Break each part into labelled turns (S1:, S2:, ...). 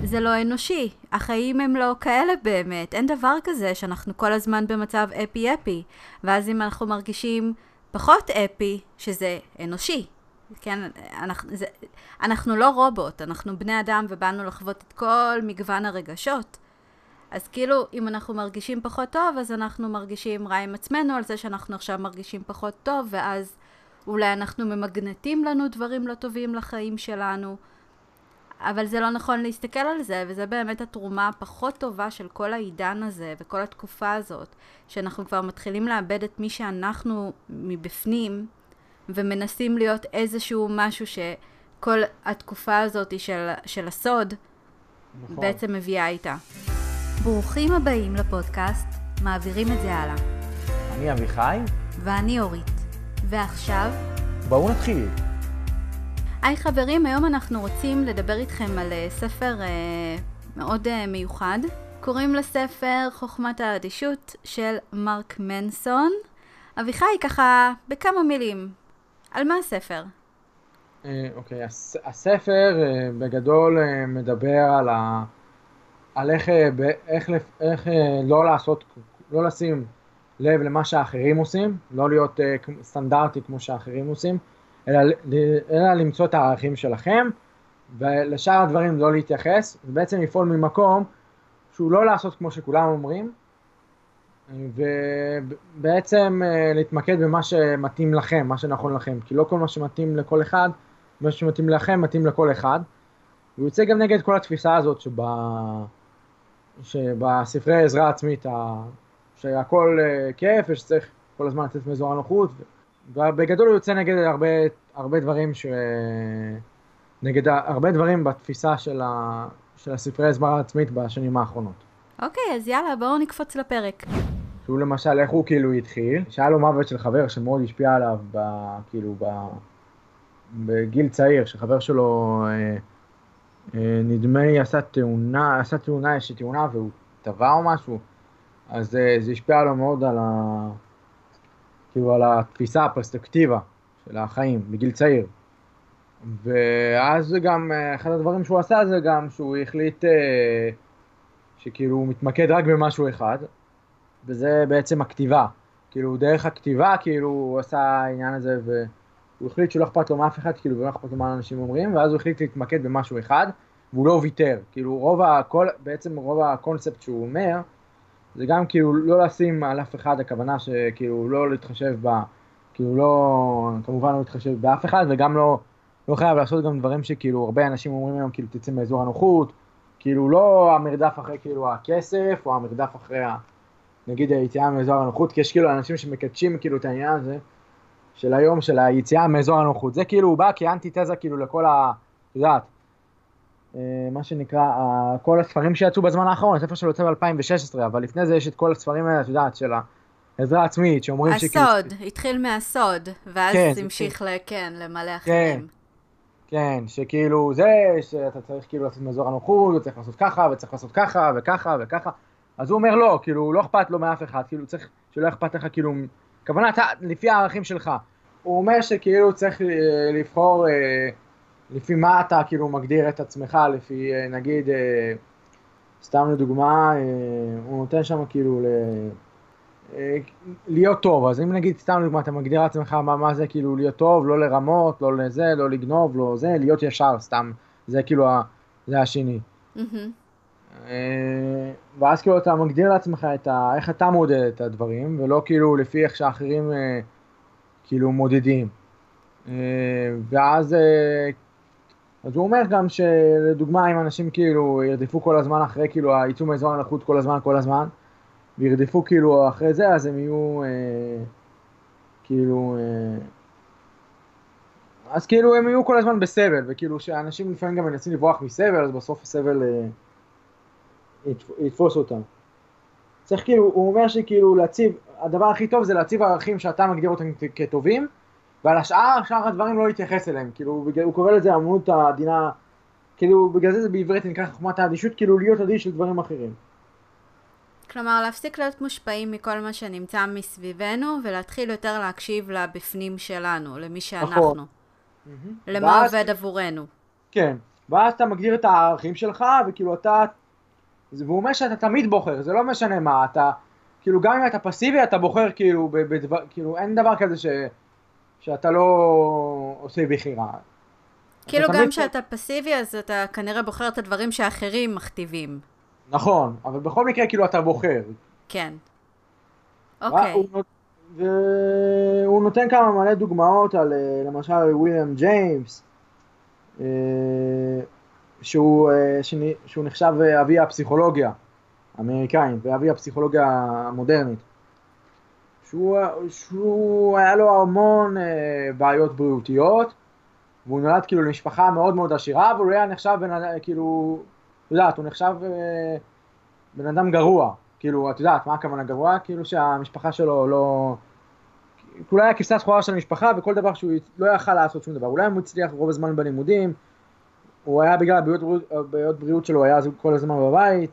S1: זה לא אנושי. החיים הם לא כאלה באמת. אין דבר כזה שאנחנו כל הזמן במצב אפי-אפי. ואז אם אנחנו מרגישים פחות אפי, שזה אנושי. כן, אנחנו לא רובוט, אנחנו בני אדם ובאנו לחוות את כל מגוון הרגשות. אז כאילו, אם אנחנו מרגישים פחות טוב, אז אנחנו מרגישים רע עם עצמנו על זה שאנחנו עכשיו מרגישים פחות טוב, ואז אולי אנחנו ממגנטים לנו דברים לא טובים לחיים שלנו. אבל זה לא נכון להסתכל על זה, וזה באמת התרומה הפחות טובה של כל העידן הזה וכל התקופה הזאת, שאנחנו כבר מתחילים לאבד את מי שאנחנו מבפנים, ומנסים להיות איזשהו משהו שכל התקופה הזאת של הסוד
S2: נכון.
S1: בעצם מביאה איתה. ברוכים הבאים לפודקאסט, מעבירים את זה הלאה.
S2: אני אביחי.
S1: ואני אורית. ועכשיו
S2: בואו נתחיל.
S1: היי חברים, היום אנחנו רוצים לדבר איתכם על ספר מאוד מיוחד. קוראים לספר חוכמת האדישות של מרק מנסון. אביחי, ככה בכמה מילים, על מה הספר?
S2: אוקיי, הספר בגדול מדבר על איך לא לשים לב למה שהאחרים עושים, לא להיות סטנדרטי כמו שהאחרים עושים, אלא למצוא את הערכים שלכם, ולשאר הדברים לא להתייחס, ובעצם לפעול ממקום שהוא לא לעשות כמו שכולם אומרים, ובעצם להתמקד במה שמתאים לכם, מה שנכון לכם, כי לא כל מה שמתאים לכל אחד, מה שמתאים לכם מתאים לכל אחד. הוא יוצא גם נגד כל התפיסה הזאת שבספרי עזרה עצמית, שהכל כיף ושצריך כל הזמן לתת מאזור הנוחות, ובגדול הוא יוצא נגד הרבה דברים בתפיסה של הספרי עזרה עצמית בשנים האחרונות.
S1: אוקיי, אז יאללה, בואו נקפוץ לפרק.
S2: שהוא למשל, איך הוא כאילו התחיל, שהיה לו מוות של חבר שמאוד השפיע עליו, בגיל צעיר, שחבר שלו נדמה לי עשה תאונה והוא טבע או משהו, אז זה השפיע עליו מאוד על התפיסה, הפרספקטיבה של החיים בגיל צעיר. ואז גם אחד הדברים שהוא עשה זה גם שהוא החליט שכאילו הוא מתמקד רק במשהו אחד, וזה בעצם הכתיבה. כאילו דרך הכתיבה כאילו הוא עשה העניין הזה, והוא החליט שלא אכפת לו מאף אחד, כאילו ולא אכפת לו מה אנשים אומרים, ואז הוא החליט להתמקד במשהו אחד, והוא לא ויתר. כאילו רוב הקונספט שהוא אומר, זה גם כאילו לא לשים על אף אחד, הכוונה שכאילו לא להתחשב כאילו לא, כמובן לא להתחשב באף אחד, וגם לא חייב לעשות גם דברים שכאילו הרבה אנשים אומרים היום, כאילו תצא מאזור הנוחות, כאילו לא המרדף אחרי כאילו הכסף, או המרדף אחרי נגיד היציאה מאזור הנוחות, כי יש כאילו אנשים שמקדשים כאילו את העניין הזה, של היום, של היציאה מאזור הנוחות, זה כאילו הוא בא כאנטיתזה כאילו לכל יודעת, מה שנקרא, כל הספרים שיצאו בזמן האחרון, הספר שלו יוצא ב-2016, אבל לפני זה יש את כל הספרים האלה, את יודעת, של העזרה עצמית, שאומרים שכאילו...
S1: הסוד, התחיל מהסוד, ואז
S2: כן,
S1: זה המשיך למלא אחרים.
S2: כן, שכאילו זה, שאתה צריך כאילו לעשות מאזור הנוחות, וצריך לעשות ככה, וצריך לעשות ככה, וככה, וככה, אז הוא אומר לא, כאילו לא אכפת לו מאף אחד, כאילו צריך שלא אכפת לך, כאילו, כוונה, אתה, לפי הערכים שלך, הוא אומר שכאילו צריך לבחור, לפי מה אתה כאילו מגדיר את עצמך, לפי נגיד, סתם לדוגמה, הוא נותן שם כאילו להיות טוב, אז אם נגיד סתם לדוגמה אתה מגדיר את עצמך מה זה כאילו להיות טוב, לא לרמות, לא לזה, לא לגנוב, לא זה, להיות ישר סתם, זה כאילו, זה השני. ואז כאילו אתה מגדיר לעצמך איך אתה מודד את הדברים, ולא כאילו לפי איך שאחרים כאילו מודדים. ואז אז הוא אומר גם שלדוגמה אם אנשים כאילו ירדפו כל הזמן אחרי כאילו יצאו מאזור הנוחות כל הזמן, וירדפו כאילו אחרי זה, אז הם יהיו כאילו אז כאילו הם יהיו כל הזמן בסבל, וכאילו שאנשים לפעמים גם מנסים לברוח מסבל, אז בסוף הסבל יתפוס אותם. צריך כאילו, הוא אומר שכאילו להציב, הדבר הכי טוב זה להציב ערכים שאתה מגדיר אותם כטובים, ועל השאר הדברים לא להתייחס אליהם, כאילו הוא קורא לזה אמנות העדינה, כאילו בגלל זה בעברית נקרא חוכמת האדישות, כאילו להיות אדיש של דברים אחרים.
S1: כלומר, להפסיק להיות מושפעים מכל מה שנמצא מסביבנו, ולהתחיל יותר להקשיב לבפנים שלנו, למי שאנחנו. למה עובד עבורנו.
S2: כן, ואז אתה מגדיר את הערכים שלך, וכאילו אתה, והוא אומר שאתה תמיד בוחר, זה לא משנה מה, אתה, כאילו גם אם אתה פסיבי, אתה בוחר כאילו, כאילו אין דבר כזה שאתה לא עושה בחירה. אתה
S1: כאילו
S2: תמיד,
S1: גם כשאתה פסיבי, אז אתה כנראה בוחר את הדברים שאחרים מכתיבים.
S2: נכון, אבל בכל מקרה כאילו אתה בוחר.
S1: כן.
S2: והוא
S1: אוקיי.
S2: והוא נותן כמה מלא דוגמאות על למשל וויליאם ג'יימס, אה, שהוא נחשב אבי הפסיכולוגיה האמריקאית ואבי הפסיכולוגיה המודרנית. שהוא היה לו המון בעיות בריאותיות, והוא נולד כאילו למשפחה מאוד מאוד עשירה, והוא היה נחשב כאילו, את יודעת, הוא נחשב בן אדם גרוע. כאילו, את יודעת, מה הכוונה גרוע? כאילו שהמשפחה שלו לא... אולי היה כבשת שחורה של המשפחה, וכל דבר שהוא לא יכל לעשות שום דבר. אולי הוא הצליח רוב הזמן בלימודים, הוא היה בגלל הבעיות בריאות שלו, היה כל הזמן בבית,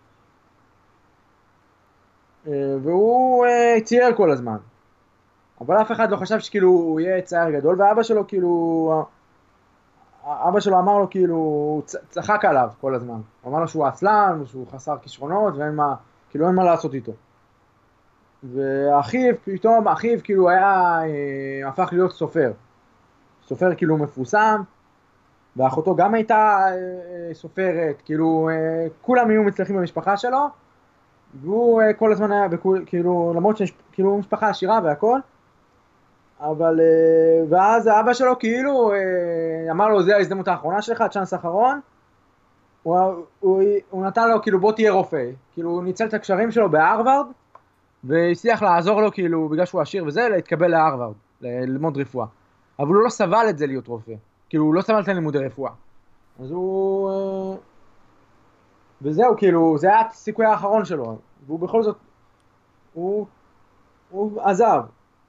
S2: והוא צייר כל הזמן. אבל אף אחד לא חשב שכאילו הוא יהיה צייר גדול, ואבא שלו כאילו... אבא שלו אמר לו כאילו, הוא צחק עליו כל הזמן. הוא אמר לו שהוא עצלן, שהוא חסר כישרונות, ואין מה, כאילו אין מה לעשות איתו. ואחיו, פתאום אחיו כאילו היה, הפך להיות סופר. סופר כאילו מפורסם, ואחותו גם הייתה סופרת, כאילו כולם היו מצליחים במשפחה שלו, והוא כל הזמן היה, כאילו למרות שיש כאילו משפחה עשירה והכל, אבל, ואז האבא שלו כאילו אמר לו, זה ההזדמנות האחרונה שלך, צ'אנס אחרון, הוא נתן לו כאילו בוא תהיה רופא, כאילו הוא ניצל את הקשרים שלו בהרווארד, והצליח לעזור לו כאילו בגלל שהוא עשיר וזה, להתקבל להרווארד, ללמוד רפואה. אבל הוא לא סבל את זה להיות רופא, כאילו הוא לא סבל את לימודי רפואה. אז הוא... וזהו, כאילו, זה היה הסיכוי האחרון שלו, והוא בכל זאת, הוא עזב.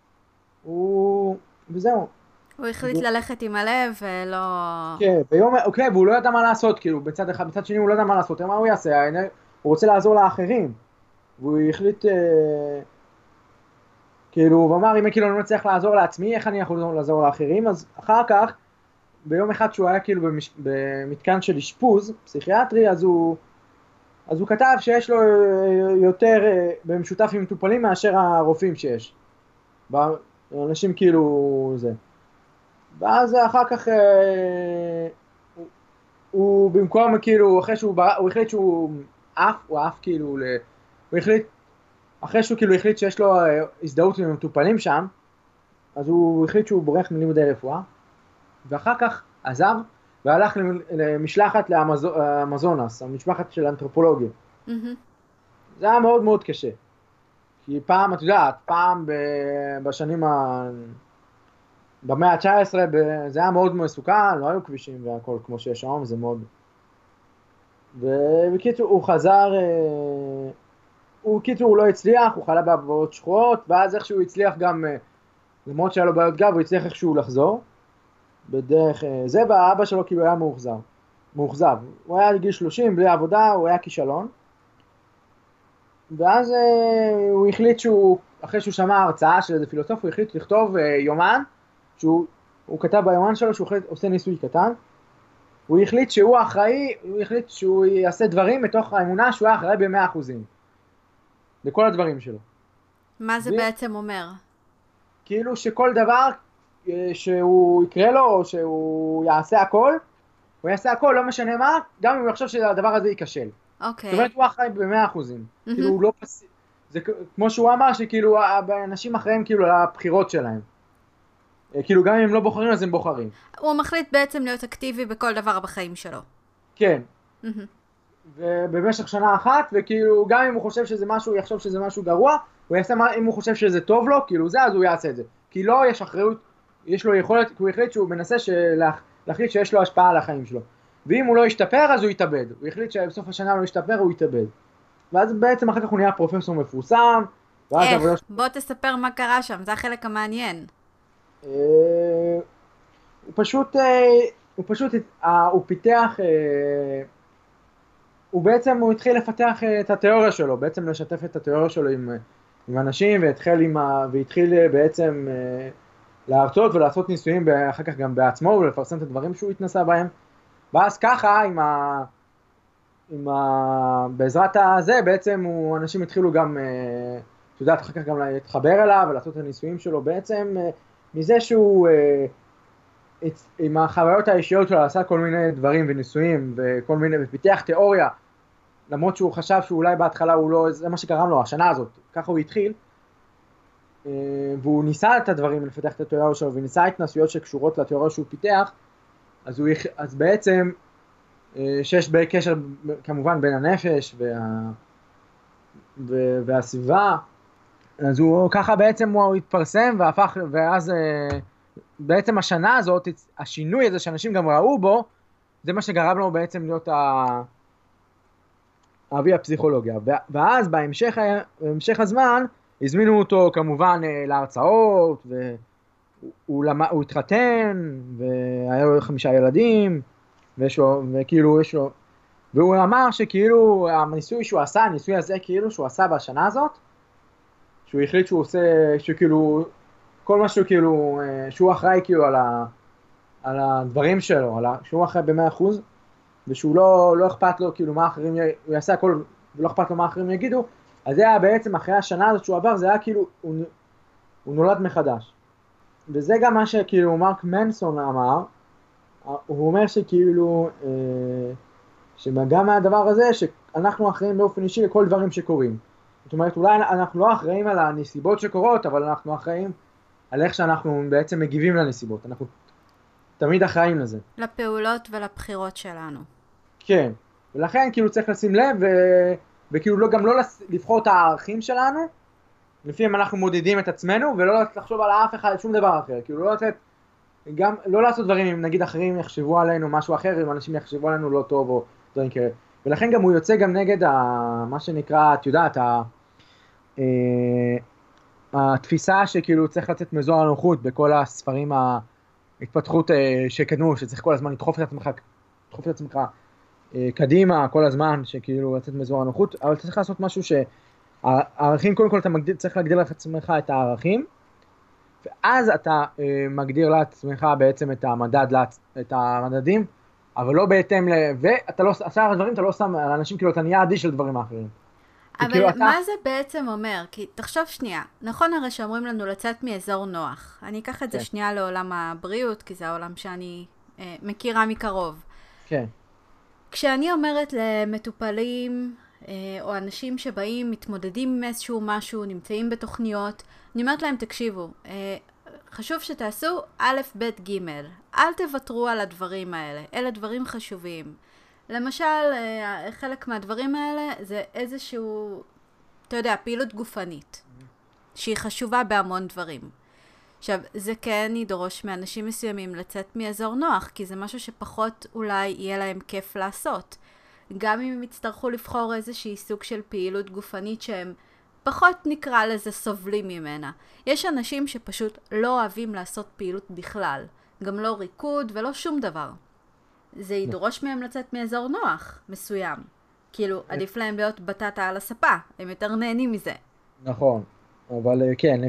S2: וזהו.
S1: הוא החליט ללכת עם הלב ולא...
S2: כן, אוקיי, והוא לא ידע מה לעשות, כאילו, בצד אחד, בצד שני הוא לא ידע מה לעשות, מה הוא יעשה? הוא רוצה לעזור לאחרים. והוא החליט, כאילו, הוא אמר, אם כאילו אני לא צריך לעזור לעצמי, איך אני יכול לעזור לאחרים? אז אחר כך, ביום אחד שהוא היה כאילו במתקן של אשפוז פסיכיאטרי, אז הוא כתב שיש לו יותר במשותף עם מטופלים מאשר הרופאים שיש. אנשים כאילו זה. ואז אחר כך הוא במקום כאילו, אחרי שהוא הוא החליט שהוא עף כאילו, הוא החליט, אחרי שהוא כאילו החליט שיש לו הזדהות עם המטופלים שם, אז הוא החליט שהוא בורח מלימודי רפואה, ואחר כך עזב והלך למשלחת לאמזונס, המשלחת של אנתרופולוגיה. זה היה מאוד מאוד קשה. כי פעם, את יודעת, פעם בשנים במאה ה-19 זה היה מאוד מסוכן, לא היו כבישים והכל כמו שיש היום, זה מאוד... ובקיצור הוא חזר, הוא לא הצליח, הוא חלה בעברות שחורות, ואז איכשהו הצליח גם, למרות שהיה לו בעיות גב, הוא הצליח איכשהו לחזור, בדרך זה, והאבא שלו כאילו היה מאוכזב. הוא היה לגיל 30, בלי עבודה, הוא היה כישלון. ואז הוא החליט שהוא, אחרי שהוא שמע הרצאה של איזה פילוסוף, הוא החליט לכתוב יומן, שהוא כתב ביומן שלו שהוא עושה ניסוי קטן, הוא החליט שהוא אחראי, הוא החליט שהוא יעשה דברים מתוך האמונה שהוא היה אחראי ב100%. לכל הדברים שלו.
S1: מה זה בעצם אומר?
S2: כאילו שכל דבר שהוא יקרה לו, או שהוא יעשה הכל, הוא יעשה הכל, לא משנה מה, גם אם הוא יחשוב שהדבר הזה ייכשל.
S1: אוקיי.
S2: זאת אומרת, הוא אחראי ב100%. כאילו, הוא לא פסיבי. זה כמו שהוא אמר, שכאילו, אנשים אחראים כאילו לבחירות שלהם. כאילו, גם אם הם לא בוחרים, אז הם בוחרים.
S1: הוא מחליט בעצם להיות אקטיבי בכל דבר בחיים שלו.
S2: כן. ובמשך שנה אחת, וכאילו, גם אם הוא חושב שזה משהו, יחשוב שזה משהו גרוע, הוא יעשה מה, אם הוא חושב שזה טוב לו, כאילו זה, אז הוא יעשה את זה. כי לא יש אחריות, יש לו יכולת, הוא החליט שהוא מנסה להחליט שיש לו השפעה על החיים שלו. ואם הוא לא ישתפר, אז הוא יתאבד. הוא החליט שבסוף השנה הוא לא ישתפר, הוא יתאבד. ואז בעצם אחר כך הוא נהיה פרופסור מפורסם.
S1: איך? בוא תספר מה קרה שם, זה החלק המעניין.
S2: הוא פשוט, הוא פיתח, הוא התחיל לפתח את התיאוריה שלו, בעצם לשתף את התיאוריה שלו עם אנשים, והתחיל בעצם להרצות ולעשות ניסויים אחר כך גם בעצמו, ולפרסם את הדברים שהוא התנסה בהם. ואז ככה, בעזרת הזה, בעצם אנשים התחילו גם, את יודעת, אחר כך גם להתחבר אליו ולעשות את הניסויים שלו, בעצם מזה שהוא, עם החוויות האישיות שלו, עשה כל מיני דברים וניסויים, ופיתח תיאוריה, למרות שהוא חשב שאולי בהתחלה הוא לא, זה מה שקרם לו, השנה הזאת, ככה הוא התחיל, והוא ניסה את הדברים לפתח את התיאוריה שלו, וניסה התנסויות שקשורות לתיאוריה שהוא פיתח, אז בעצם, שיש בקשר כמובן בין הנפש והסביבה, אז הוא ככה בעצם הוא התפרסם והפך, ואז בעצם השנה הזאת, השינוי הזה שאנשים גם ראו בו, זה מה שגרם לו בעצם להיות אבי הפסיכולוגיה. ואז בהמשך הזמן, הזמינו אותו כמובן להרצאות, והוא התחתן, והיה לו 5 ילדים, וכאילו יש לו, והוא אמר שכאילו הניסוי שהוא עשה, הניסוי הזה כאילו שהוא עשה בשנה הזאת, שהוא החליט שהוא עושה, שכאילו, כל משהו כאילו, שהוא אחראי כאילו על הדברים שלו, שהוא אחראי ב100%, ושהוא לא אכפת לו כאילו מה אחרים, הוא יעשה הכל ולא אכפת לו מה אחרים יגידו, אז זה היה בעצם אחרי השנה הזאת שהוא עבר, זה היה כאילו, הוא נולד מחדש. וזה גם מה שכאילו מרק מנסון אמר, הוא אומר שכאילו, שגם מהדבר הזה, שאנחנו אחראים באופן אישי לכל דברים שקורים. זאת אומרת, אולי אנחנו לא אחראים על הנסיבות שקורות, אבל אנחנו אחראים על איך שאנחנו בעצם מגיבים לנסיבות. אנחנו תמיד אחראים לזה.
S1: לפעולות ולבחירות שלנו.
S2: כן, ולכן כאילו צריך לשים לב, וכאילו גם לא לבחור את הערכים שלנו, לפעמים אנחנו מודדים את עצמנו, ולא לחשוב על אף אחד, שום דבר אחר. כאילו לא לתת, גם לא לעשות דברים אם נגיד אחרים יחשבו עלינו משהו אחר, אם אנשים יחשבו עלינו לא טוב או דברים כאלה. ולכן גם הוא יוצא גם נגד מה שנקרא, את יודעת, התפיסה שכאילו צריך לתת מזור הנוחות בכל הספרים ההתפתחות שקדמו, שצריך כל הזמן לדחוף את עצמך קדימה כל הזמן, שכאילו לתת מזור הנוחות, אבל צריך לעשות משהו שהערכים, קודם כל אתה צריך להגדיר לעצמך את הערכים, ואז אתה מגדיר לעצמך בעצם את המדדים, אבל לא בהתאם ואתה לא, השאר הדברים אתה לא שם על אנשים, כאילו אתה נהיה אדיש של דברים האחרים.
S1: אבל מה זה בעצם אומר? כי תחשוב שנייה, נכון הרי שאומרים לנו לצאת מאזור נוח. אני אקח את זה שנייה לעולם הבריאות, כי זה העולם שאני מכירה מקרוב.
S2: כן.
S1: כשאני אומרת למטופלים, או אנשים שבאים, מתמודדים עם איזשהו משהו, נמצאים בתוכניות, אני אומרת להם, תקשיבו, חשוב שתעשו א', ב', ג', אל תוותרו על הדברים האלה, אלה דברים חשובים. למשל, חלק מהדברים האלה זה איזשהו, אתה יודע, פעילות גופנית, שהיא חשובה בהמון דברים. עכשיו, זה כן ידרוש מאנשים מסוימים לצאת מאזור נוח, כי זה משהו שפחות אולי יהיה להם כיף לעשות. גם אם הם יצטרכו לבחור איזושהי סוג של פעילות גופנית שהם פחות נקרא לזה סובלים ממנה. יש אנשים שפשוט לא אוהבים לעשות פעילות בכלל, גם לא ריקוד ולא שום דבר. זה ידרוש מהם לצאת מאזור נוח מסוים. כאילו, עדיף להם להיות בטטה על הספה, הם יותר נהנים מזה.
S2: נכון, אבל כן,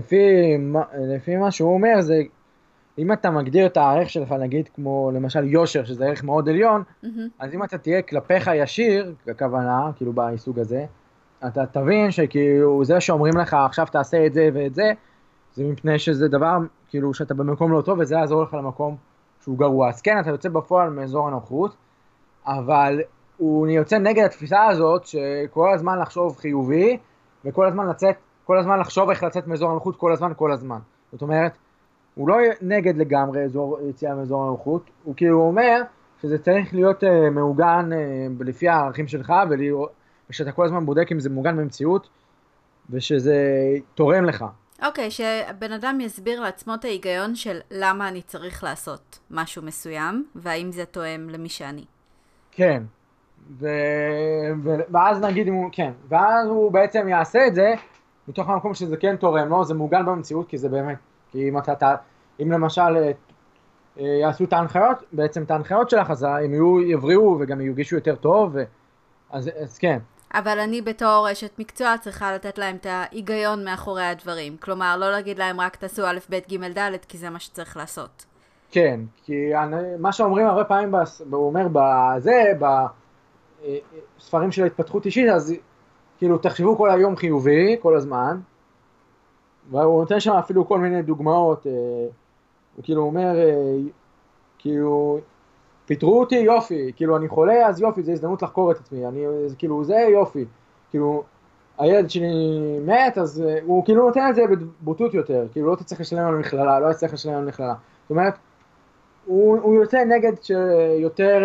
S2: לפי מה שהוא אומר, זה אם אתה מגדיר את הערך שלך, נגיד כמו למשל יושר, שזה ערך מאוד עליון, אז אם אתה תהיה כלפיך ישיר, הכוונה, כאילו בעיסוג הזה, אתה תבין שכאילו זה שאומרים לך עכשיו תעשה את זה ואת זה, זה מפני שזה דבר כאילו שאתה במקום לא טוב, וזה יעזור לך למקום שהוא גרוע. אז כן, אתה יוצא בפועל מאזור הנוחות, אבל הוא יוצא נגד התפיסה הזאת שכל הזמן לחשוב חיובי, וכל הזמן לצאת, כל הזמן לחשוב איך לצאת מאזור הנוחות כל הזמן. זאת אומרת, הוא לא נגד לגמרי יציאה מאזור הנוחות, הוא כאילו אומר שזה צריך להיות מעוגן לפי הערכים שלך, ושאתה כל הזמן בודק אם זה מעוגן במציאות, ושזה תורם לך.
S1: אוקיי, שבן אדם יסביר לעצמו את ההיגיון של למה אני צריך לעשות משהו מסוים, והאם זה תואם למי שאני.
S2: כן, ואז נגיד אם הוא, כן, ואז הוא בעצם יעשה את זה, מתוך המקום שזה כן תורם, לא, זה מעוגן במציאות, כי זה באמת, כי אם למשל יעשו את ההנחיות, בעצם את ההנחיות שלך, אז הם יבריאו וגם ירגישו יותר טוב, אז כן.
S1: אבל אני בתור אשת מקצוע צריכה לתת להם את ההיגיון מאחורי הדברים. כלומר, לא להגיד להם רק תעשו א', ב', ג', ד', כי זה מה שצריך לעשות.
S2: כן, כי מה שאומרים הרבה פעמים, הוא אומר בספרים של התפתחות אישית, אז כאילו תחשבו כל היום חיובי, כל הזמן, והוא נותן שם אפילו כל מיני דוגמאות, הוא כאילו אומר, כאילו, פיטרו אותי יופי, כאילו אני חולה אז יופי, זו הזדמנות לחקור את עצמי, כאילו זה יופי, כאילו הילד שלי מת, אז הוא כאילו נותן את זה בבוטות יותר, כאילו לא תצטרך לשלם על מכללה, לא תצטרך לשלם על מכללה, זאת אומרת, הוא יוצא נגד שיותר,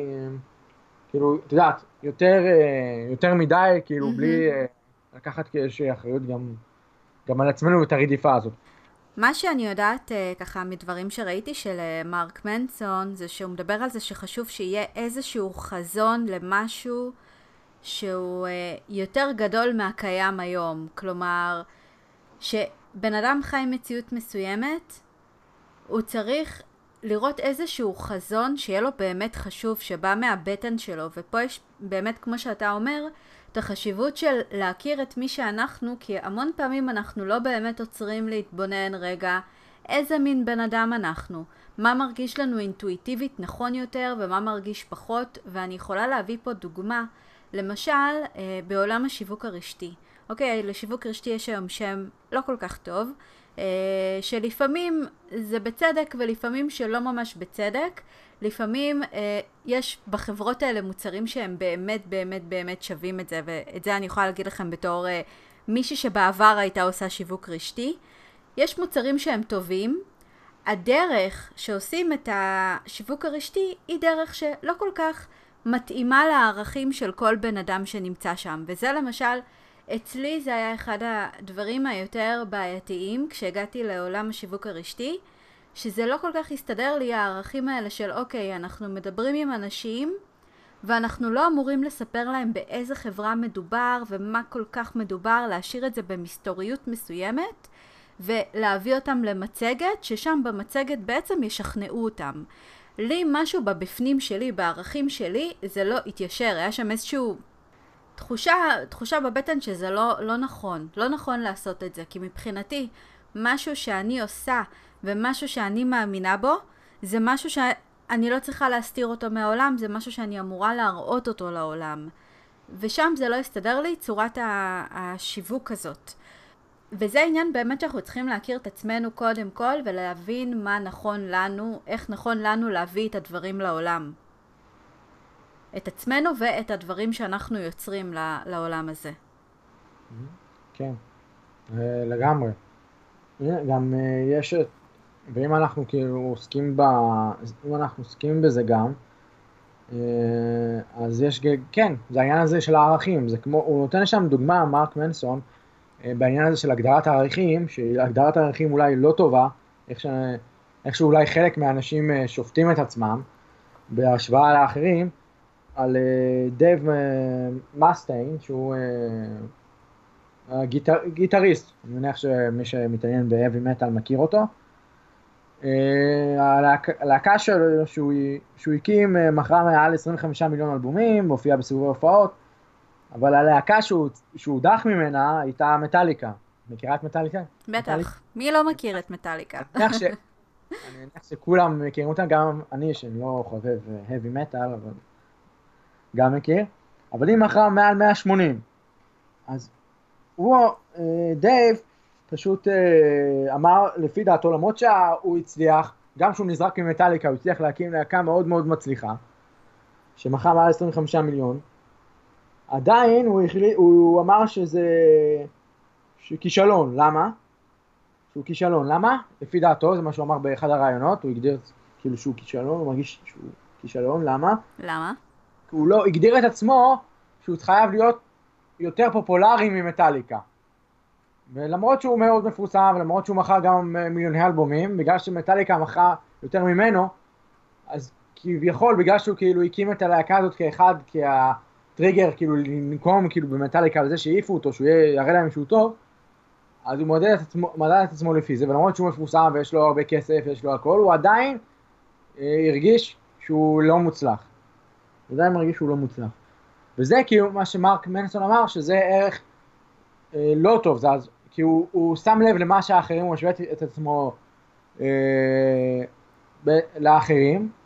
S2: כאילו, את יודעת, יותר מדי, כאילו בלי לקחת כאיזושהי אחריות גם על עצמנו את הרדיפה הזאת.
S1: מה שאני יודעת ככה מדברים שראיתי של מרק מנסון, זה שהוא מדבר על זה שחשוב שיהיה איזשהו חזון למשהו שהוא יותר גדול מהקיים היום. כלומר, שבן אדם חי מציאות מסוימת, הוא צריך לראות איזשהו חזון שיהיה לו באמת חשוב, שבא מהבטן שלו. ופה יש באמת, כמו שאתה אומר, את החשיבות של להכיר את מי שאנחנו, כי המון פעמים אנחנו לא באמת עוצרים להתבונן רגע איזה מין בן אדם אנחנו, מה מרגיש לנו אינטואיטיבית נכון יותר ומה מרגיש פחות. ואני יכולה להביא פה דוגמה, למשל בעולם השיווק הרשתי. אוקיי, לשיווק רשתי יש היום שם לא כל כך טוב, שלפעמים זה בצדק ולפעמים שלא ממש בצדק. לפעמים יש בחברות האלה מוצרים שהם באמת באמת באמת שווים את זה, ואת זה אני יכולה להגיד לכם בתור מישהי שבעבר הייתה עושה שיווק רשתי. יש מוצרים שהם טובים, הדרך שעושים את השיווק הרשתי היא דרך שלא כל כך מתאימה לערכים של כל בן אדם שנמצא שם, וזה למשל אצלי זה היה אחד הדברים היותר בעייתיים כשהגעתי לעולם השיווק הרשתי, שזה לא כל כך הסתדר לי הערכים האלה של אוקיי, אנחנו מדברים עם אנשים ואנחנו לא אמורים לספר להם באיזה חברה מדובר ומה כל כך מדובר, להשאיר את זה במסתוריות מסוימת ולהביא אותם למצגת, ששם במצגת בעצם ישכנעו אותם. לי משהו בבפנים שלי, בערכים שלי, זה לא התיישר, היה שם איזשהו תחושה בבטן שזה לא נכון, לא נכון לעשות את זה, כי מבחינתי משהו שאני עושה ומשהו שאני מאמינה בו, זה משהו שאני לא צריכה להסתיר אותו מהעולם, זה משהו שאני אמורה להראות אותו לעולם. ושם זה לא הסתדר לי, צורת השיווק הזאת. וזה עניין באמת שאנחנו צריכים להכיר את עצמנו קודם כל, ולהבין מה נכון לנו, איך נכון לנו להביא את הדברים לעולם. את עצמנו ואת הדברים שאנחנו יוצרים לעולם הזה.
S2: כן, לגמרי. גם יש, ואם אנחנו כאילו עוסקים בזה גם, אז יש, כן, זה העניין הזה של הערכים, זה כמו, הוא נותן שם דוגמה, מרק מנסון, בעניין הזה של הגדרת הערכים, שהגדרת הערכים אולי לא טובה, איך שאולי חלק מהאנשים שופטים את עצמם, בהשוואה לאחרים, על דייב מסטיין, שהוא גיטריסט, אני מניח שמי שמתעניין בהאבי מטל מכיר אותו. הלהקה שלו שהוא הקים מכרה מעל 25 מיליון אלבומים, הופיע בסיבובי הופעות, אבל הלהקה שהוא הודח ממנה הייתה מטאליקה. מכירה את מטאליקה?
S1: בטח, מי לא מכיר את מטאליקה?
S2: אני מניח שכולם מכירים אותה, גם אני שאני לא חובב האבי מטל, אבל גם מכיר, אבל היא מכרה מעל 180. אז הוא, דייב, פשוט אמר לפי דעתו, למרות שהוא הצליח, גם שהוא נזרק ממטאליקה, הוא הצליח להקים להקה מאוד מאוד מצליחה, שמכרה מעל 25 מיליון, עדיין הוא אמר שזה כישלון. למה? שהוא כישלון. למה? לפי דעתו, זה מה שהוא אמר באחד הרעיונות, הוא הגדיר כאילו שהוא כישלון, הוא מרגיש שהוא כישלון. למה?
S1: למה?
S2: כי הוא לא הגדיר את עצמו שהוא חייב להיות יותר פופולרי ממטאליקה. ולמרות שהוא מאוד מפורסם, ולמרות שהוא מכר גם מיליוני אלבומים, בגלל שמטאליקה מכרה יותר ממנו, אז כביכול, בגלל שהוא כאילו הקים את הלהקה הזאת כאחד, כהטריגר, כאילו לנקום כאילו במטאליקה על זה שהעיפו אותו, שהוא יראה להם שהוא טוב, אז הוא מדד את עצמו לפי זה, ולמרות שהוא מפורסם ויש לו הרבה כסף, יש לו הכל, הוא עדיין הרגיש שהוא לא מוצלח. הוא עדיין מרגיש שהוא לא מוצלח. וזה כאילו מה שמרק מנסון אמר, שזה ערך לא טוב, זה אז, כי הוא שם לב למה שהאחרים, הוא משווה את עצמו לאחרים,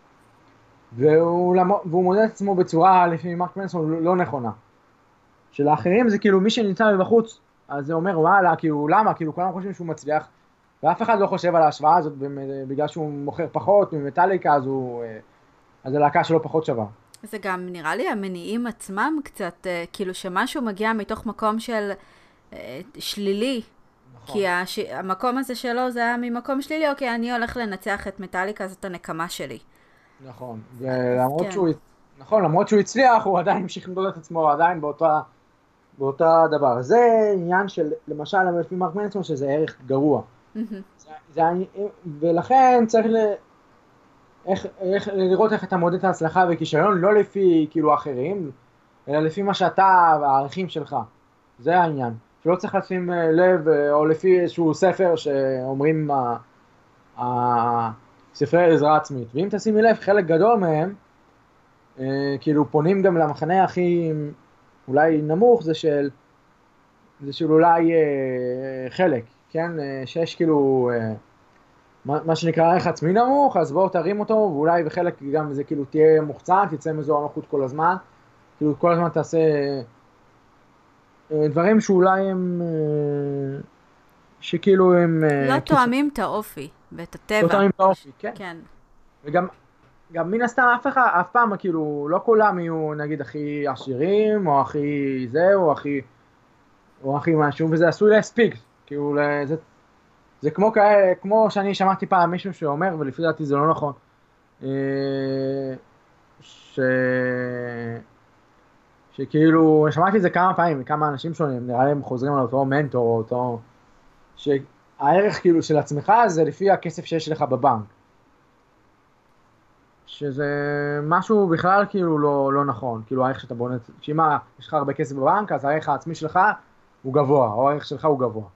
S2: והוא מודד את עצמו בצורה, לפי מרק מנסון, לא נכונה. שלאחרים זה כאילו מי שנמצא מבחוץ, אז זה אומר וואלה, כאילו למה? כאילו כולם חושבים שהוא מצליח, ואף אחד לא חושב על ההשוואה הזאת בגלל שהוא מוכר פחות ממטאליקה, אז הלהקה שלו פחות שווה.
S1: זה גם נראה לי המניעים עצמם קצת, כאילו שמשהו מגיע מתוך מקום של שלילי.
S2: נכון.
S1: כי המקום הזה שלו זה היה ממקום שלילי, אוקיי, אני הולך לנצח את מטאליקה, זאת הנקמה שלי.
S2: נכון,
S1: אז כן.
S2: נכון, למרות שהוא הצליח, הוא עדיין המשיך למדוד את עצמו עדיין באותה דבר. זה עניין של, למשל, לפי מרק מנסון, שזה ערך גרוע. זה, ולכן צריך לראות איך אתה מודד את ההצלחה וכישלון, לא לפי כאילו אחרים, אלא לפי מה שאתה והערכים שלך. זה העניין. שלא צריך לשים לב, או לפי איזשהו ספר שאומרים ספרי עזרה עצמית. ואם תשימי לב, חלק גדול מהם, כאילו פונים גם למחנה הכי אולי נמוך, זה של אולי חלק, כן? שיש כאילו מה שנקרא ערך עצמי נמוך, אז בואו תרים אותו, ואולי בחלק גם זה כאילו תהיה מוחצן, תצא מאזור הנוחות כל הזמן, כאילו כל הזמן תעשה דברים שאולי הם, שכאילו הם...
S1: לא תואמים את האופי ואת הטבע.
S2: לא תואמים את האופי, כן.
S1: כן.
S2: וגם מן הסתם אף פעם, כאילו, לא כולם יהיו נגיד הכי עשירים, או הכי זה, או הכי משהו, וזה עשוי להספיק, כאילו, זה כמו שאני שמעתי פעם מישהו שאומר, ולפי דעתי זה לא נכון, שכאילו, שמעתי את זה כמה פעמים, מכמה אנשים שונים, נראה לי הם חוזרים על אותו מנטור, או אותו, שהערך כאילו של עצמך זה לפי הכסף שיש לך בבנק. שזה משהו בכלל כאילו לא נכון, כאילו הערך שאתה בונה, שאם יש לך הרבה כסף בבנק, אז הערך העצמי שלך הוא גבוה, או הערך שלך הוא גבוה.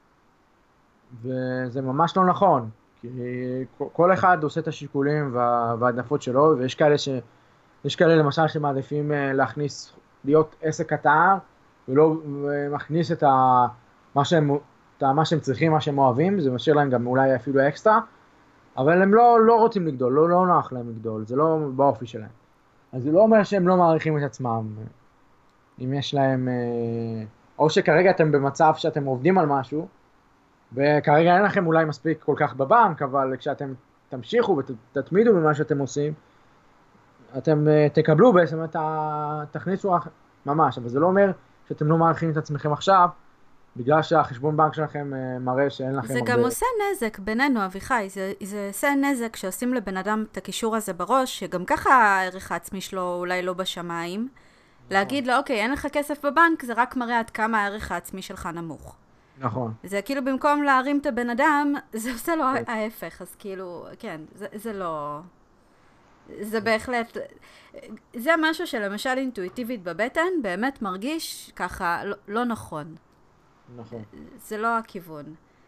S2: וזה ממש לא נכון, כי כל אחד עושה את השיקולים והעדפות שלו, ויש כאלה למשל שמעדיפים להיות עסק קטן, ולא מכניס את מה שהם צריכים, מה שהם אוהבים, זה משאיר להם גם אולי אפילו אקסטרה, אבל הם לא רוצים לגדול, לא נוח להם לגדול, זה לא באופי שלהם. אז זה לא אומר שהם לא מעריכים את עצמם. אם יש להם, או שכרגע אתם במצב שאתם עובדים על משהו, וכרגע אין לכם אולי מספיק כל כך בבנק, אבל כשאתם תמשיכו ותתמידו במה שאתם עושים, אתם תקבלו בעצם תכניסו ממש, אבל זה לא אומר שאתם לא מעריכים את עצמכם עכשיו, בגלל שהחשבון בנק שלכם מראה שאין לכם
S1: זה הרבה... גם עושה נזק בינינו, אביחי, זה עושה נזק שעושים לבן אדם את הקישור הזה בראש, שגם ככה הערך העצמי שלו אולי לא בשמיים, להגיד לו, אוקיי, אין לך כסף בבנק, זה רק מראה עד כמה הערך העצמי שלך נמוך.
S2: נכון.
S1: זה כאילו במקום להרים את הבן אדם, זה עושה לו ההפך, אז כאילו, כן, זה לא... זה בהחלט... זה משהו שלמשל אינטואיטיבית בבטן, באמת מרגיש ככה לא נכון.
S2: נכון.
S1: זה לא הכיוון.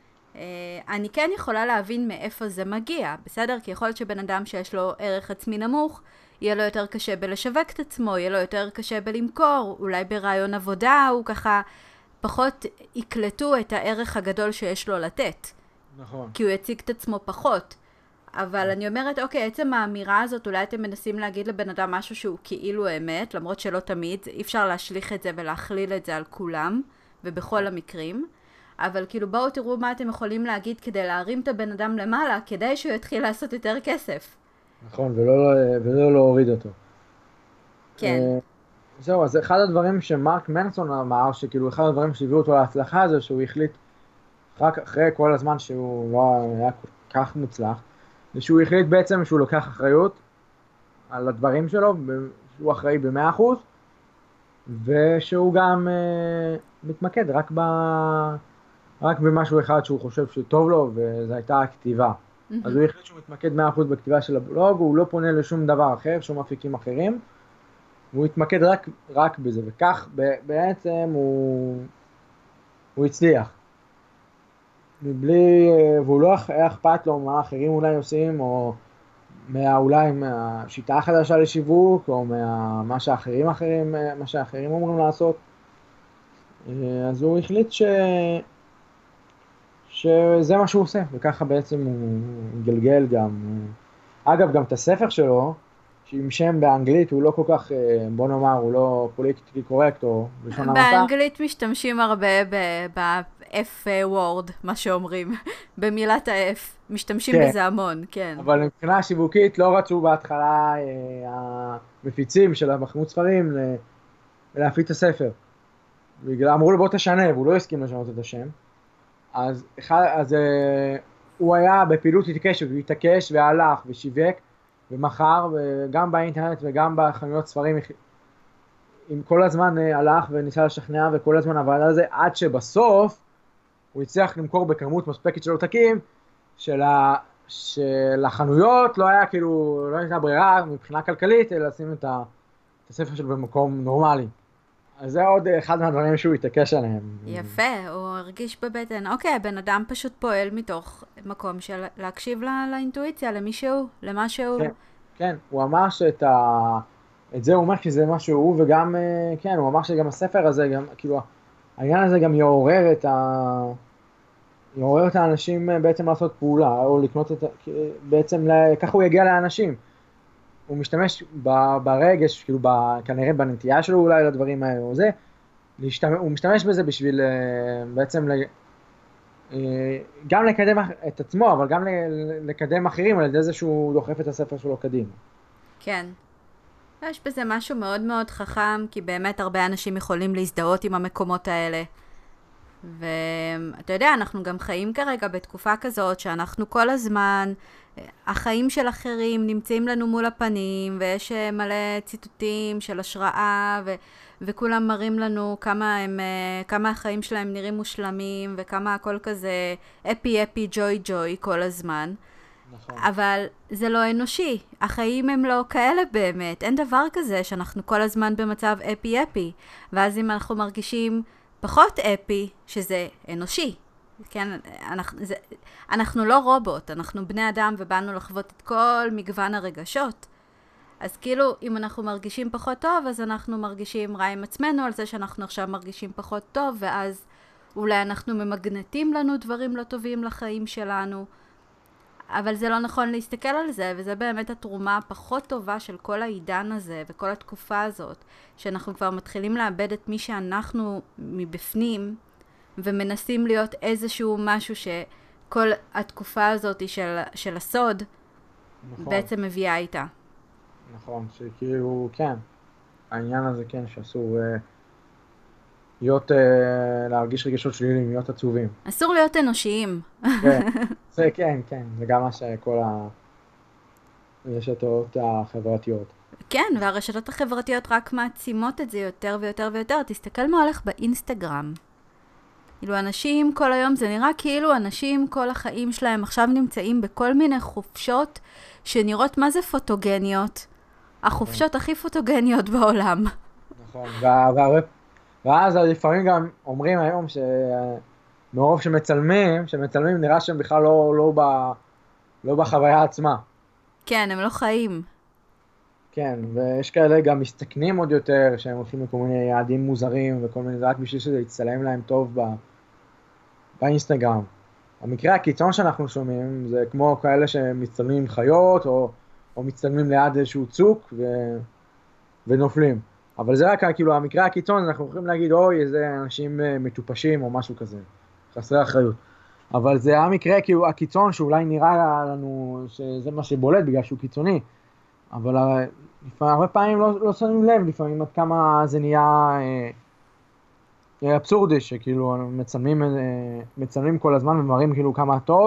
S1: אני כן יכולה להבין מאיפה זה מגיע, בסדר? כי יכול להיות שבן אדם שיש לו ערך עצמי נמוך, יהיה לו יותר קשה בלשווק את עצמו, יהיה לו יותר קשה בלמכור, אולי ברעיון עבודה הוא ככה פחות יקלטו את הערך הגדול שיש לו לתת.
S2: נכון.
S1: כי הוא יציג את עצמו פחות. אבל אני אומרת, אוקיי, עצם האמירה הזאת, אולי אתם מנסים להגיד לבן אדם משהו שהוא כאילו אמת, למרות שלא תמיד, אי אפשר להשליך את זה ולהכליל את זה על כולם, ובכל המקרים. אבל כאילו בואו תראו מה אתם יכולים להגיד כדי להרים את הבן אדם למעלה, כדי שהוא יתחיל לעשות יותר כסף.
S2: נכון, ולא להוריד אותו.
S1: כן.
S2: זהו, אז אחד הדברים שמרק מנסון אמר, שכאילו אחד הדברים שהביאו אותו להצלחה זה שהוא החליט, רק אחרי כל הזמן שהוא לא היה כל כך מוצלח, זה שהוא החליט בעצם שהוא לוקח אחריות על הדברים שלו, שהוא אחראי ב100%, ושהוא גם מתמקד רק במשהו אחד שהוא חושב שטוב לו, וזו הייתה הכתיבה. אז הוא החליט שהוא מתמקד 100% בכתיבה של הבלוג, הוא לא פונה לשום דבר אחר, שום אפיקים אחרים, והוא התמקד רק בזה, וכך בעצם הוא הצליח. והוא לא היה אכפת לו מה אחרים אולי עושים, או אולי מהשיטה החדשה לשיווק, או מה שאחרים אומרים לעשות. אז הוא החליט שזה מה שהוא עושה, וככה בעצם הוא גלגל גם אגב, גם את הספר שלו, שעם שם באנגלית, הוא לא כל כך, בוא נאמר, הוא לא פוליטיקלי קורקט או בלשון המעטה.
S1: באנגלית משתמשים הרבה ב-F word, מה שאומרים, במילת ה-F. משתמשים
S2: כן,
S1: בזה המון, כן.
S2: אבל מבחינה שיווקית לא רצו בהתחלה המפיצים של המחנות ספרים להפיץ את הספר. אמרו לו בוא תשנה, והוא לא הסכים לשנות את השם. אז הוא היה בפעילות התעקשת, הוא התעקש והלך ושיווק ומכר, וגם באינטרנט וגם בחנויות ספרים, עם כל הזמן הלך וניסה לשכנע וכל הזמן עבד על זה, עד שבסוף הוא הצליח למכור בכמות מספקת של עותקים, שלחנויות לא היה כאילו, לא הייתה ברירה מבחינה כלכלית, אלא לשים את הספר שלו במקום נורמלי. אז זה עוד אחד מהדברים שהוא התעקש עליהם.
S1: יפה, הוא הרגיש בבטן. אוקיי, הבן אדם פשוט פועל מתוך מקום של להקשיב לאינטואיציה, למישהו, למשהו.
S2: כן, כן, הוא אמר את זה הוא אומר שזה מה שהוא, וגם, כן, הוא אמר שגם הספר הזה, גם, כאילו, העניין הזה גם יעורר את האנשים בעצם לעשות פעולה, או לקנות בעצם, ככה הוא יגיע לאנשים. הוא משתמש ברגש, כאילו, כנראה בנטייה שלו אולי לדברים האלה, או זה, הוא משתמש בזה בשביל בעצם גם לקדם את עצמו, אבל גם לקדם אחרים על ידי זה שהוא דוחף את הספר שלו קדימה.
S1: כן. יש בזה משהו מאוד מאוד חכם, כי באמת הרבה אנשים יכולים להזדהות עם המקומות האלה. ואתה יודע, אנחנו גם חיים כרגע בתקופה כזאת שאנחנו כל הזמן, החיים של אחרים נמצאים לנו מול הפנים, ויש מלא ציטוטים של השראה, וכולם מראים לנו כמה החיים שלהם נראים מושלמים, וכמה הכל כזה אפי אפי ג'וי ג'וי כל הזמן.
S2: נכון.
S1: אבל זה לא אנושי, החיים הם לא כאלה באמת, אין דבר כזה שאנחנו כל הזמן במצב אפי אפי, ואז אם אנחנו מרגישים פחות אפי, שזה אנושי, כן? אנחנו לא רובוט, אנחנו בני אדם ובאנו לחוות את כל מגוון הרגשות. אז כאילו, אם אנחנו מרגישים פחות טוב, אז אנחנו מרגישים רע עם עצמנו על זה שאנחנו עכשיו מרגישים פחות טוב, ואז אולי אנחנו ממגנטים לנו דברים לא טובים לחיים שלנו. אבל זה לא נכון להסתכל על זה, וזה באמת התרומה הפחות טובה של כל העידן הזה וכל התקופה הזאת, שאנחנו כבר מתחילים לאבד את מי שאנחנו מבפנים, ומנסים להיות איזשהו משהו שכל התקופה הזאת של הסוד
S2: נכון.
S1: בעצם מביאה איתה.
S2: נכון, שכאילו, כן, העניין הזה כן, שאסור להרגיש רגשות שליליים, להיות עצובים.
S1: אסור להיות אנושיים.
S2: כן, זה כן, כן, זה גם מה שכל הרשתות החברתיות.
S1: כן, והרשתות החברתיות רק מעצימות את זה יותר ויותר ויותר. תסתכל מה הולך באינסטגרם. כאילו אנשים כל היום, זה נראה כאילו אנשים כל החיים שלהם עכשיו נמצאים בכל מיני חופשות שנראות מה זה פוטוגניות. החופשות הכי פוטוגניות בעולם.
S2: נכון, ואז לפעמים גם אומרים היום שמרוב שמצלמים נראה שהם בכלל לא בחוויה עצמה.
S1: כן, הם לא חיים.
S2: כן, ויש כאלה גם מסתכנים עוד יותר, שהם הולכים לכל מיני יעדים מוזרים וכל מיני, רק בשביל שזה יצטלם להם טוב באינסטגרם. המקרה הקיצון שאנחנו שומעים זה כמו כאלה שמצטלמים עם חיות או מצטלמים ליד איזשהו צוק ונופלים. אבל זה רק כאילו המקרה הקיצון, אנחנו יכולים להגיד אוי איזה אנשים מטופשים או משהו כזה, חסרי אחריות. אבל זה המקרה כאילו הקיצון שאולי נראה לנו שזה מה שבולט בגלל שהוא קיצוני. אבל הרבה פעמים לא שמים לב, לפעמים עד כמה זה נהיה אבסורדי, שכאילו מצלמים כל הזמן ומראים כאילו כמה טוב,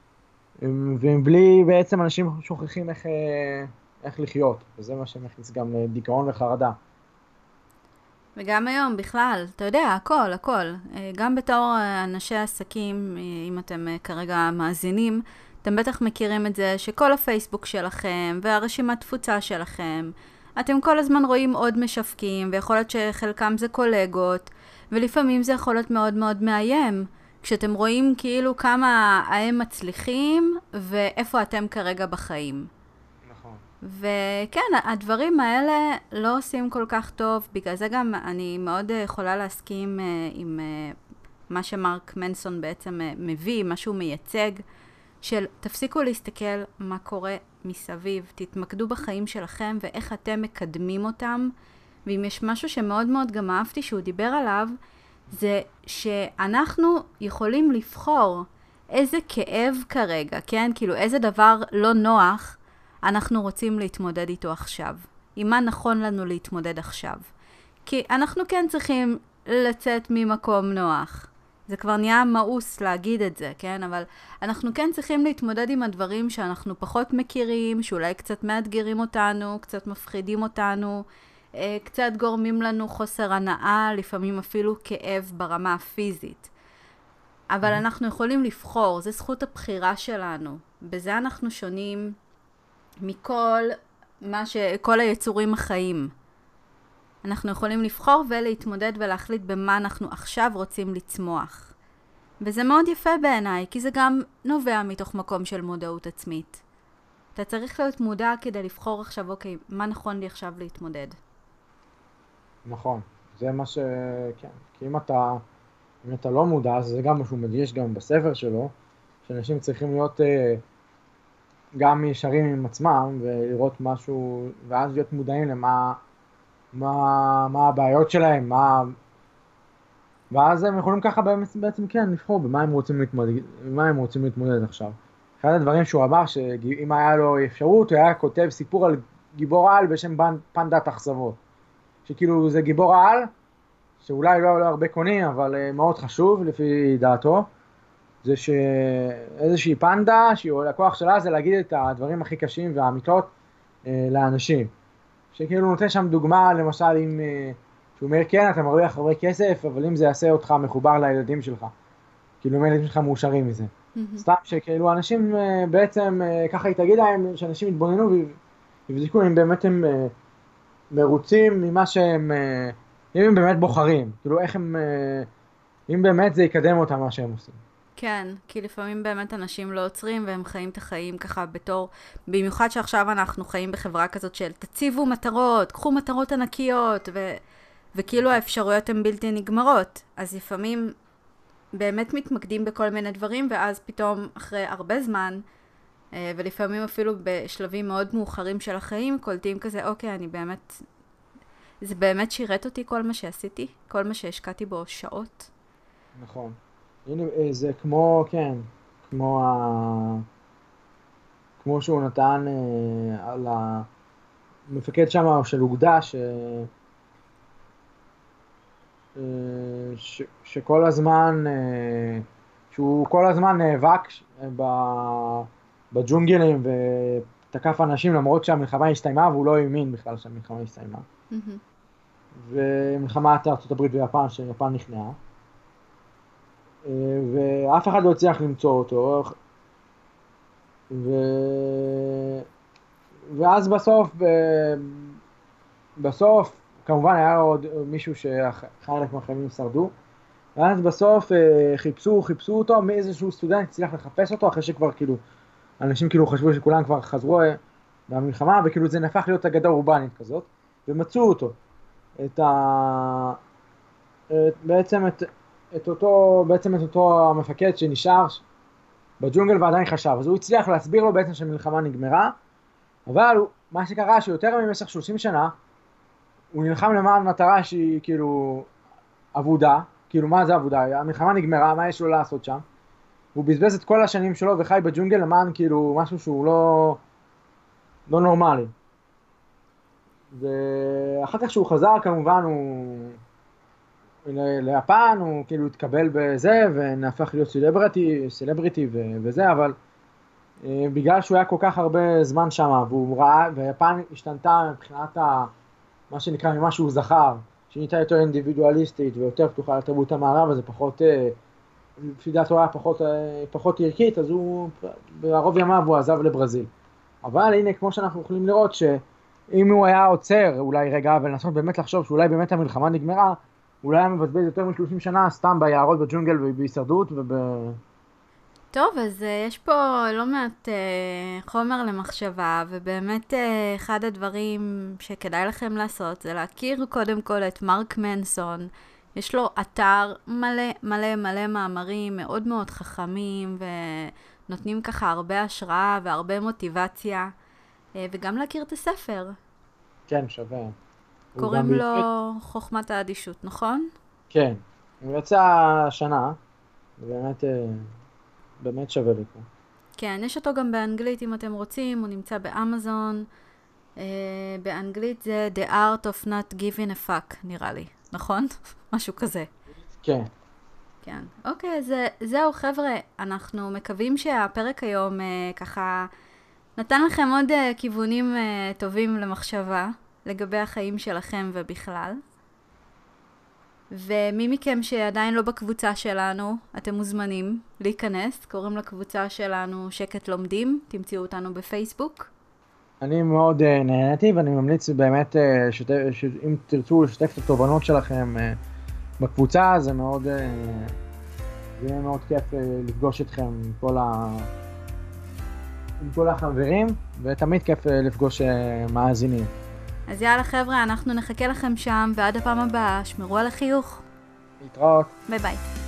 S2: ובלי בעצם אנשים שוכחים איך לחיות, וזה מה שמכניס גם דיכאון וחרדה.
S1: וגם היום בכלל, אתה יודע, הכל. גם בתור אנשי עסקים, אם אתם כרגע מאזינים, אתם בטח מכירים את זה שכל הפייסבוק שלכם והרשימת תפוצה שלכם, אתם כל הזמן רואים עוד משווקים, ויכול להיות שחלקם זה קולגות, ולפעמים זה יכול להיות מאוד מאוד מאיים, כשאתם רואים כאילו כמה הם מצליחים, ואיפה אתם כרגע בחיים.
S2: נכון.
S1: וכן, הדברים האלה לא עושים כל כך טוב, בגלל זה גם אני מאוד יכולה להסכים עם מה שמרק מנסון בעצם מביא, מה שהוא מייצג, של תפסיקו להסתכל מה קורה מסביב, תתמקדו בחיים שלכם ואיך אתם מקדמים אותם. ואם יש משהו שמאוד מאוד גם אהבתי שהוא דיבר עליו, זה שאנחנו יכולים לבחור איזה כאב כרגע, כן? כאילו איזה דבר לא נוח אנחנו רוצים להתמודד איתו עכשיו. עם מה נכון לנו להתמודד עכשיו. כי אנחנו כן צריכים לצאת ממקום נוח. זה כבר נהיה מאוס להגיד את זה, כן? אבל אנחנו כן צריכים להתמודד עם הדברים שאנחנו פחות מכירים, שאולי קצת מאתגרים אותנו, קצת מפחידים אותנו, קצת גורמים לנו חוסר הנאה, לפעמים אפילו כאב ברמה הפיזית. אבל אנחנו יכולים לבחור, זה זכות הבחירה שלנו. בזה אנחנו שונים מכל כל היצורים החיים. אנחנו יכולים לבחור ולהתמודד ולהחליט במה אנחנו עכשיו רוצים לצמוח. וזה מאוד יפה בעיניי, כי זה גם נובע מתוך מקום של מודעות עצמית. אתה צריך להיות מודע כדי לבחור עכשיו, אוקיי, מה נכון לי עכשיו להתמודד.
S2: נכון, זה מה כן, כי אם אתה לא מודע, אז זה גם משהו מדגיש גם בספר שלו, שאנשים צריכים להיות גם ישרים עם עצמם ולראות משהו, ואז להיות מודעים מה הבעיות שלהם, ואז הם יכולים ככה בעצם כן לבחור במה הם רוצים להתמודד עכשיו. אחד הדברים שהוא אמר, שאם היה לו אפשרות, הוא היה כותב סיפור על גיבור על בשם פנדת אכזבות. שכאילו זה גיבור על, שאולי לא הרבה קונים, אבל מאוד חשוב לפי דעתו, זה שאיזושהי פנדה, שהכוח שלה זה להגיד את הדברים הכי קשים והאמיתות לאנשים. שכאילו נותן שם דוגמה, למשל, אם שהוא אומר, כן, אתה מרוויח הרבה כסף, אבל אם זה יעשה אותך מחובר לילדים שלך. כאילו, אם הילדים שלך מאושרים מזה. סתם שכאילו אנשים בעצם, ככה היא תגיד להם, שאנשים יתבוננו ויבדקו אם באמת הם מרוצים ממה שהם, אם הם באמת בוחרים. כאילו, איך הם, אם באמת זה יקדם אותם מה שהם עושים.
S1: כן, כי לפעמים באמת אנשים לא עוצרים והם חיים את החיים ככה בתור, במיוחד שעכשיו אנחנו חיים בחברה כזאת של תציבו מטרות, קחו מטרות ענקיות, וכאילו האפשרויות הן בלתי נגמרות. אז לפעמים באמת מתמקדים בכל מיני דברים, ואז פתאום אחרי הרבה זמן, ולפעמים אפילו בשלבים מאוד מאוחרים של החיים, קולטים כזה, אוקיי, זה באמת שירת אותי כל מה שעשיתי, כל מה שהשקעתי בו שעות.
S2: נכון. הנה, זה כמו, כן, כמו שהוא נתן על המפקד שם של אוגדה, שכל הזמן, שהוא כל הזמן נאבק בג'ונגלים ותקף אנשים למרות שהמלחמה הסתיימה, והוא לא האמין בכלל שהמלחמה הסתיימה. ומלחמת ארצות הברית ויפן, שיפן נכנעה. ואף אחד לא הצליח למצוא אותו, ואז בסוף כמובן היה לו עוד מישהו שחלק מהחיילים שרדו, ואז בסוף חיפשו אותו, מאיזשהו סטודנט הצליח לחפש אותו, אחרי שכבר כאילו אנשים כאילו חשבו שכולם כבר חזרו מהמלחמה, וכאילו זה נהפך להיות אגדה אורבנית כזאת, ומצאו אותו, בעצם את אותו המפקד שנשאר בג'ונגל ועדיין חשב. אז הוא הצליח להסביר לו בעצם שהמלחמה נגמרה, אבל מה שקרה שיותר ממשך 30 שנה, הוא נלחם למען מטרה שהיא כאילו עבודה, כאילו מה זה עבודה? המלחמה נגמרה, מה יש לו לעשות שם? הוא בזבז את כל השנים שלו וחי בג'ונגל למען כאילו משהו שהוא לא נורמלי. ואחר כך שהוא חזר כמובן ליפן, הוא כאילו התקבל בזה ונהפך להיות סלבריטי וזה, אבל בגלל שהוא היה כל כך הרבה זמן שם, והוא ראה, ויפן השתנתה מבחינת מה שנקרא ממה שהוא זכר, שנהייתה יותר אינדיבידואליסטית ויותר פתוחה לתרבות המערב, אז זה פחות, לפי דעתו היה פחות ערכית, אז הוא ברוב ימיו הוא עזב לברזיל. אבל הנה, כמו שאנחנו יכולים לראות, שאם הוא היה עוצר אולי רגע ולנסות באמת לחשוב שאולי באמת המלחמה נגמרה, אולי היה מבזבז יותר מ-30 שנה סתם ביערות בג'ונגל ובהישרדות
S1: טוב, אז יש פה לא מעט חומר למחשבה, ובאמת אחד הדברים שכדאי לכם לעשות זה להכיר קודם כל את מרק מנסון. יש לו אתר מלא מאמרים מאוד מאוד חכמים נותנים ככה הרבה השראה והרבה מוטיבציה, וגם להכיר את הספר.
S2: כן, שווה.
S1: קוראים לו חוכמת האדישות, נכון?
S2: כן, הוא יצא השנה, באמת שווה לקרוא.
S1: כן, יש אותו גם באנגלית אם אתם רוצים, הוא נמצא באמזון. באנגלית זה The Art of Not Giving a Fuck, נראה לי, נכון? משהו כזה.
S2: כן.
S1: כן. אוקיי, אז זהו חבר'ה, אנחנו מקווים שהפרק היום ככה נתן לכם עוד כיוונים טובים למחשבה לגבי החיים שלכם ובכלל. ומי מכם שעדיין לא בקבוצה שלנו, אתם מוזמנים להיכנס. קוראים לקבוצה שלנו שקט לומדים, תמצאו אותנו בפייסבוק.
S2: אני מאוד נהניתי, ואני ממליץ באמת שאם תרצו לשתף את התובנות שלכם בקבוצה, זה יהיה מאוד כיף לפגוש אתכם עם כל החברים, ותמיד כיף לפגוש מאזינים.
S1: אז יאללה חבר'ה, אנחנו נחכה לכם שם, ועד הפעם הבאה, שמרו על החיוך.
S2: להתראות.
S1: ביי ביי.